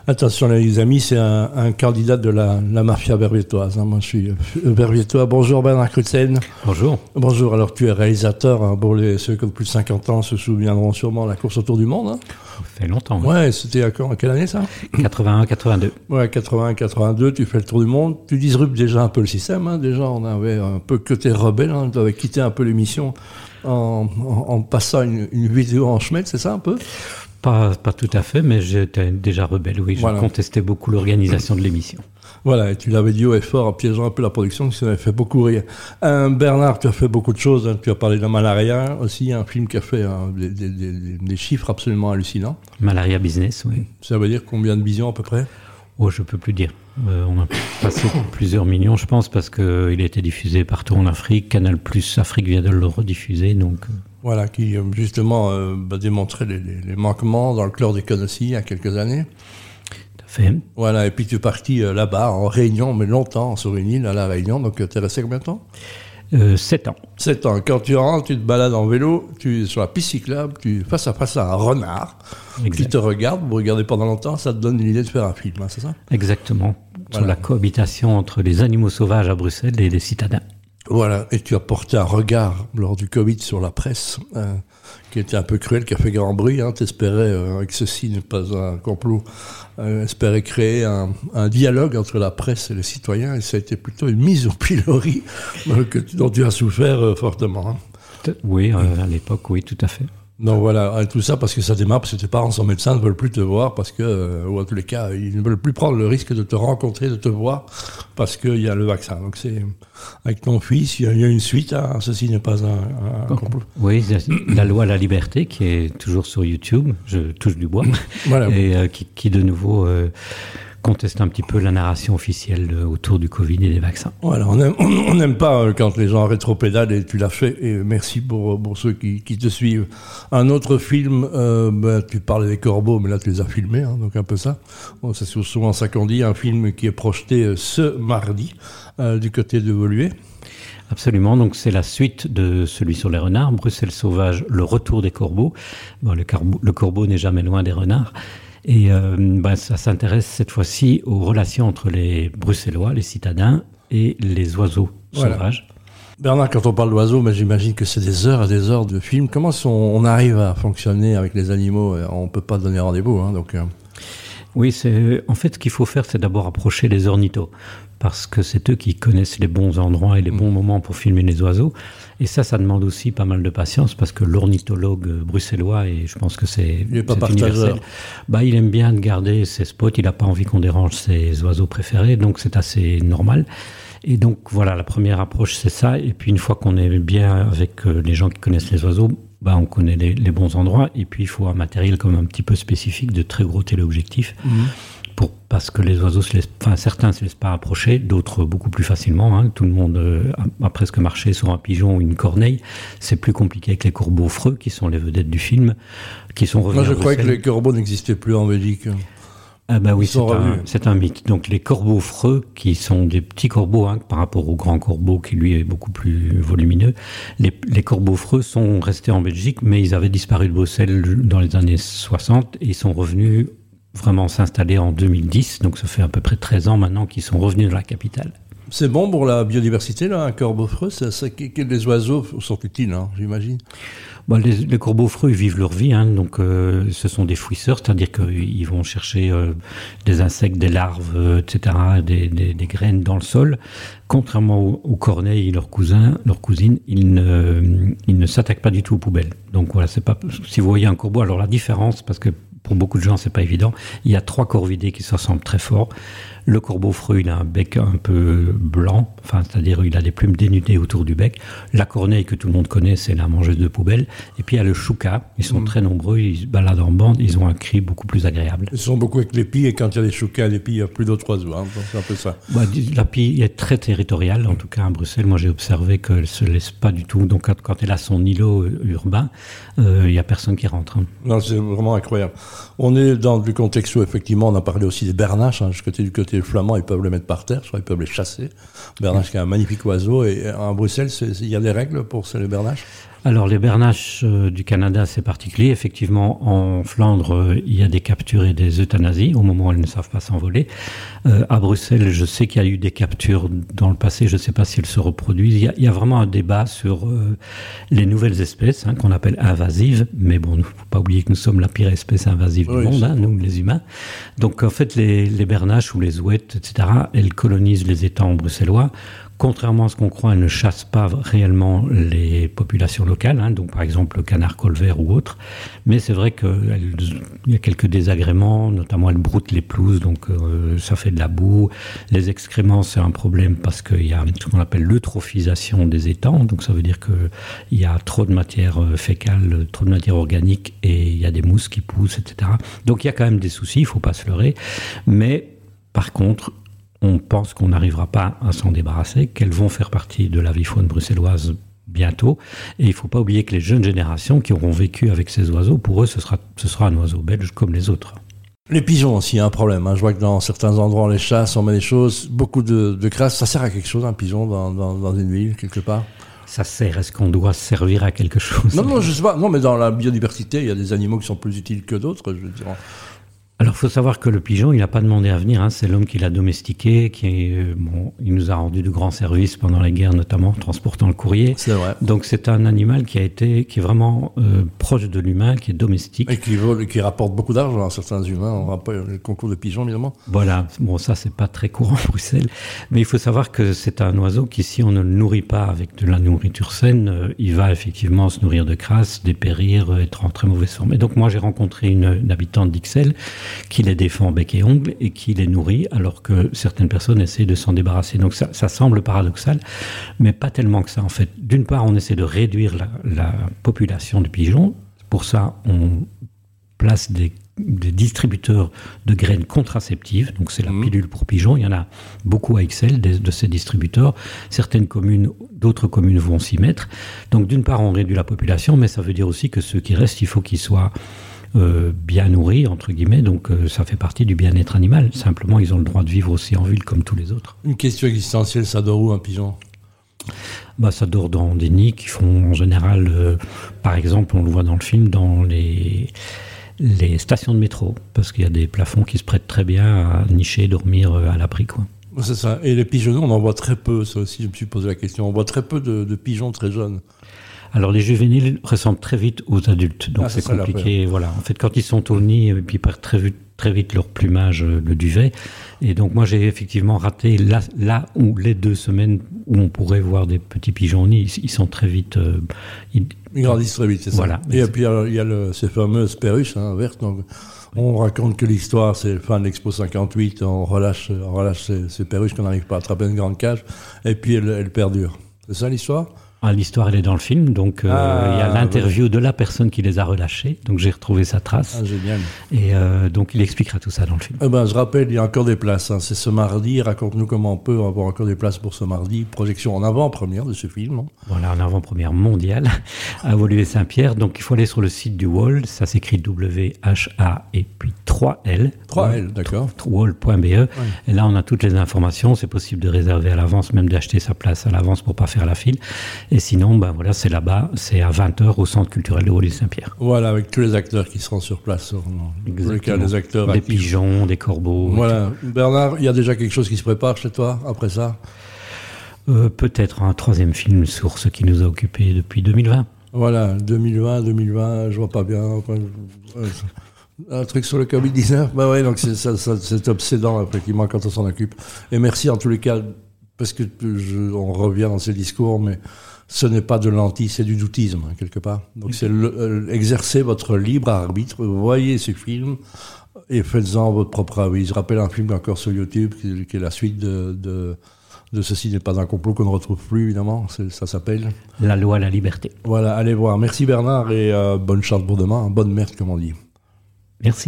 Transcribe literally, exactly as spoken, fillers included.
Attention les amis, c'est un, un candidat de la, la mafia verviétoise. Hein. Moi je suis verviétois. Bonjour Bernard Crutzen. Bonjour. Bonjour, alors tu es réalisateur. Hein. Bon, les, ceux qui ont plus de cinquante ans se souviendront sûrement de la course autour du monde. Hein. Ça fait longtemps. Ouais, ouais c'était à, quand, à quelle année ça ? quatre-vingt-un quatre-vingt-deux. Ouais, quatre-vingt-un quatre-vingt-deux, tu fais le tour du monde. Tu disruptes déjà un peu le système. Hein. Déjà on avait un peu côté rebelle, hein. Tu avais quitté un peu l'émission en, en, en passant une, une vidéo en chemin, c'est ça un peu ? Pas, pas tout à fait, mais j'étais déjà rebelle, oui. Je voilà. contestais beaucoup l'organisation de l'émission. Voilà, et tu l'avais dit haut et fort en piégeant un peu la production, qui ça avait fait beaucoup rire. Euh, Bernard, tu as fait beaucoup de choses. Hein. Tu as parlé de Malaria aussi, un film qui a fait hein, des, des, des, des chiffres absolument hallucinants. Malaria Business, oui. Ça veut dire combien de visions à peu près ? Oh, je peux plus dire. Euh, on a passé plusieurs millions, je pense, parce qu'il a été diffusé partout en Afrique. Canal Plus Afrique vient de le rediffuser, donc... Voilà, qui justement euh, bah, démontrait les, les, les manquements dans le chlordécone aussi, il y a quelques années. Tout à fait. Voilà, et puis tu es parti euh, là-bas, en Réunion, mais longtemps, sur une île, à la Réunion. Donc tu es resté combien de temps ? euh, Sept ans. Sept ans. Quand tu rentres, tu te balades en vélo, tu es sur la piste cyclable, tu face à face à un renard exact. Qui te regarde, vous regardez pendant longtemps, ça te donne une idée de faire un film, hein, c'est ça ? Exactement. Voilà. Sur la cohabitation entre les animaux sauvages à Bruxelles et les citadins. Voilà, et tu as porté un regard lors du Covid sur la presse, euh, qui était un peu cruel, qui a fait grand bruit. Hein. Tu espérais, euh, avec ceci n'est pas un complot, euh, espérais créer un, un dialogue entre la presse et les citoyens, et ça a été plutôt une mise au pilori euh, que, dont tu as souffert euh, fortement. Hein. Oui, euh, à l'époque, oui, tout à fait. Donc voilà, tout ça parce que ça démarre, parce que tes parents sont médecins, ne veulent plus te voir, parce que, euh, ou en tous les cas, ils ne veulent plus prendre le risque de te rencontrer, de te voir, parce qu'il y a le vaccin. Donc c'est, avec ton fils, il y a une suite, hein, ceci n'est pas un, un complot. Oui, la loi à la liberté, qui est toujours sur YouTube, je touche du bois, voilà. et euh, qui, qui de nouveau... Euh, conteste un petit peu la narration officielle autour du Covid et des vaccins. Voilà, on n'aime on n'aime pas quand les gens rétropédalent, et tu l'as fait, et merci pour, pour ceux qui, qui te suivent. Un autre film, euh, ben, tu parlais des corbeaux, mais là tu les as filmés, hein, donc un peu ça. Bon, c'est souvent ça qu'on dit, un film qui est projeté ce mardi euh, du côté de Woluwe. Absolument, donc c'est la suite de celui sur les renards, Bruxelles sauvage, le retour des corbeaux. Bon, le, carbo, le corbeau n'est jamais loin des renards. Et euh, ben, ça s'intéresse cette fois-ci aux relations entre les Bruxellois, les citadins, et les oiseaux voilà. sauvages. Bernard, quand on parle d'oiseaux, ben, j'imagine que c'est des heures et des heures de films. Comment on, on arrive à fonctionner avec les animaux ? On ne peut pas donner rendez-vous. Hein, donc, euh... Oui, c'est, en fait, ce qu'il faut faire, c'est d'abord approcher les ornithos, parce que c'est eux qui connaissent les bons endroits et les bons moments pour filmer les oiseaux. Et ça, ça demande aussi pas mal de patience, parce que l'ornithologue bruxellois, et je pense que c'est, il est pas c'est universel, bah, il aime bien garder ses spots, il n'a pas envie qu'on dérange ses oiseaux préférés, donc c'est assez normal. Et donc voilà, la première approche, c'est ça. Et puis une fois qu'on est bien avec les gens qui connaissent les oiseaux, bah, on connaît les, les bons endroits. Et puis il faut un matériel comme un petit peu spécifique, de très gros téléobjectifs. Mmh. Pour, parce que les oiseaux, se laissent, enfin, certains ne se laissent pas approcher, d'autres beaucoup plus facilement. Hein. Tout le monde euh, a, a presque marché sur un pigeon ou une corneille. C'est plus compliqué avec les corbeaux freux, qui sont les vedettes du film, qui sont revenus. Moi, je croyais que les corbeaux n'existaient plus en Belgique. Ah bah oui, c'est un, c'est un mythe. Donc les corbeaux freux, qui sont des petits corbeaux hein, par rapport au grand corbeau qui lui est beaucoup plus volumineux, les, les corbeaux freux sont restés en Belgique, mais ils avaient disparu de Bruxelles dans les années soixante et ils sont revenus vraiment s'installer en deux mille dix, donc ça fait à peu près treize ans maintenant qu'ils sont revenus dans la capitale. C'est bon pour la biodiversité, là, un corbeau freux, ça, ça, les oiseaux sont utiles, hein, j'imagine. Bon, les, les corbeaux freux, ils vivent leur vie, hein, donc euh, ce sont des fouisseurs, c'est-à-dire qu'ils vont chercher euh, des insectes, des larves, euh, et cetera, des, des, des graines dans le sol. Contrairement aux, aux corneilles et leurs cousins, leurs cousines, ils ne, ils ne s'attaquent pas du tout aux poubelles. Donc voilà, c'est pas. Si vous voyez un corbeau, alors la différence, parce que pour beaucoup de gens, c'est pas évident. Il y a trois corvidés qui se ressemblent très fort. Le corbeau freux, il a un bec un peu blanc, enfin, c'est-à-dire il a des plumes dénudées autour du bec. La corneille que tout le monde connaît, c'est la mangeuse de poubelle. Et puis il y a le chouca. Ils sont mmh. très nombreux, ils se baladent en bande, ils ont un cri beaucoup plus agréable. Ils sont beaucoup avec les pies, et quand il y a des choucas et des pies, il n'y a plus d'autres oiseaux. Hein, c'est un peu ça. Bah, la pie est très territoriale, en tout cas à Bruxelles. Moi, j'ai observé qu'elle ne se laisse pas du tout. Donc quand, quand elle a son îlot urbain, euh, il n'y a personne qui rentre. Hein. Non, c'est vraiment incroyable. On est dans du contexte où, effectivement, on a parlé aussi des bernaches. Hein, du côté du côté flamand, ils peuvent les mettre par terre, soit ils peuvent les chasser. Bernache, qui est un magnifique oiseau. Et à Bruxelles, il y a des règles pour ces bernaches ? Alors, les bernaches euh, du Canada, c'est particulier. Effectivement, en Flandre, euh, il y a des captures et des euthanasies au moment où elles ne savent pas s'envoler. Euh, à Bruxelles, je sais qu'il y a eu des captures dans le passé. Je ne sais pas si elles se reproduisent. Il y a, il y a vraiment un débat sur euh, les nouvelles espèces hein, qu'on appelle invasives. Mais bon, il ne faut pas oublier que nous sommes la pire espèce invasive oui, du monde, hein, nous, les humains. Donc, en fait, les, les bernaches ou les ouettes, et cetera, elles colonisent les étangs bruxellois. Contrairement à ce qu'on croit, elles ne chassent pas réellement les populations locales, hein, donc par exemple le canard colvert ou autre. Mais c'est vrai qu'il y a quelques désagréments, notamment elles broutent les pelouses, donc euh, ça fait de la boue. Les excréments, c'est un problème parce qu'il y a ce qu'on appelle l'eutrophisation des étangs, donc ça veut dire qu'il y a trop de matière fécale, trop de matière organique et il y a des mousses qui poussent, et cetera. Donc il y a quand même des soucis, il ne faut pas se leurrer. Mais par contre, on pense qu'on n'arrivera pas à s'en débarrasser, qu'elles vont faire partie de la vie faune bruxelloise bientôt. Et il ne faut pas oublier que les jeunes générations qui auront vécu avec ces oiseaux, pour eux, ce sera, ce sera un oiseau belge comme les autres. Les pigeons aussi, il y a un problème. Hein. Je vois que dans certains endroits, on les chasse, on met des choses, beaucoup de, de crasse. Ça sert à quelque chose, un pigeon, dans, dans, dans une ville, quelque part? Ça sert. Est-ce qu'on doit servir à quelque chose? Non, non, je sais pas. Non, mais dans la biodiversité, il y a des animaux qui sont plus utiles que d'autres, je veux dire. Alors, il faut savoir que le pigeon, il n'a pas demandé à venir. Hein. C'est l'homme qui l'a domestiqué, qui est, bon, il nous a rendu de grands services pendant la guerre, notamment transportant le courrier. C'est vrai. Donc, c'est un animal qui a été, qui est vraiment euh, proche de l'humain, qui est domestique. Et qui, vole, qui rapporte beaucoup d'argent à certains humains. On rappelle le concours de pigeons, évidemment. Voilà. Bon, ça, c'est pas très courant à Bruxelles. Mais il faut savoir que c'est un oiseau qui, si on ne le nourrit pas avec de la nourriture saine, euh, il va effectivement se nourrir de crasse, dépérir, être en très mauvaise forme. Et donc, moi, j'ai rencontré une, une habitante d'Ixelles qui les défend bec et ongles et qui les nourrit alors que certaines personnes essaient de s'en débarrasser. Donc ça, ça semble paradoxal, mais pas tellement que ça en fait. D'une part, on essaie de réduire la, la population de pigeons. Pour ça, on place des, des distributeurs de graines contraceptives. Donc c'est la mmh. pilule pour pigeons. Il y en a beaucoup à Ixelles de, de ces distributeurs. Certaines communes, d'autres communes vont s'y mettre. Donc d'une part, on réduit la population, mais ça veut dire aussi que ceux qui restent, il faut qu'ils soient Euh, bien nourris, entre guillemets, donc euh, ça fait partie du bien-être animal. Simplement, ils ont le droit de vivre aussi en ville comme tous les autres. Une question existentielle, ça dort où un pigeon? Bah, ça dort dans des nids qui font en général, euh, par exemple, on le voit dans le film, dans les, les stations de métro, parce qu'il y a des plafonds qui se prêtent très bien à nicher, dormir à l'abri, quoi. C'est ça. Et les pigeons, on en voit très peu, ça aussi, je me suis posé la question. On voit très peu de, de pigeons très jeunes. Alors les juvéniles ressemblent très vite aux adultes, donc ah, c'est, c'est compliqué. Voilà. En fait, quand ils sont au nid, et puis ils perdent très vite, très vite leur plumage, le duvet. Et donc moi j'ai effectivement raté là, là où les deux semaines où on pourrait voir des petits pigeons au nid, ils, ils sont très vite. Euh, ils, ils grandissent très vite, c'est voilà. ça. Et puis alors, il y a le, ces fameuses perruches hein, vertes. Donc, on raconte que l'histoire, c'est fin de l'Expo cinquante-huit, on relâche, on relâche ces, ces perruches qu'on n'arrive pas à attraper une grande cage, et puis elles, elles perdurent. C'est ça l'histoire? Ah, l'histoire, elle est dans le film, donc euh, ah, il y a l'interview ouais. de la personne qui les a relâchés, donc j'ai retrouvé sa trace. Ah, génial. Et euh, donc il expliquera tout ça dans le film. Eh ben, je rappelle, il y a encore des places, hein. C'est ce mardi, raconte-nous comment on peut avoir encore des places pour ce mardi, projection en avant-première de ce film. Hein. Voilà, en avant-première mondiale, à Woluwe-Saint-Pierre, donc il faut aller sur le site du Wall, ça s'écrit W H A et puis trois L. trois L, d'accord. wall point b e, ouais. Et là on a toutes les informations, c'est possible de réserver à l'avance, même d'acheter sa place à l'avance pour pas faire la file. Et sinon, ben voilà, c'est là-bas, c'est à vingt heures au Centre culturel de Woluwe-Saint-Pierre. Voilà, avec tous les acteurs qui seront sur place. Exactement. Le cas des acteurs des actifs. Pigeons, des corbeaux. Voilà. Bernard, il y a déjà quelque chose qui se prépare chez toi après ça? euh, Peut-être un troisième film sur ce qui nous a occupés depuis deux mille vingt. Voilà, deux mille vingt, deux mille vingt, je vois pas bien. Un truc sur le covid dix-neuf, bah ouais, donc c'est, ça, ça, c'est obsédant effectivement quand on s'en occupe. Et merci en tous les cas, parce que je, on revient dans ces discours, mais ce n'est pas de l'anti, c'est du doutisme, hein, quelque part. Donc, c'est le, euh, exercer votre libre arbitre, voyez ces films et faites-en votre propre avis. Je rappelle un film encore sur YouTube, qui, qui est la suite de, de, de Ceci n'est pas un complot qu'on ne retrouve plus, évidemment. C'est, ça s'appelle La loi à la liberté. Voilà, allez voir. Merci Bernard et euh, bonne chance pour demain. Bonne merde, comme on dit.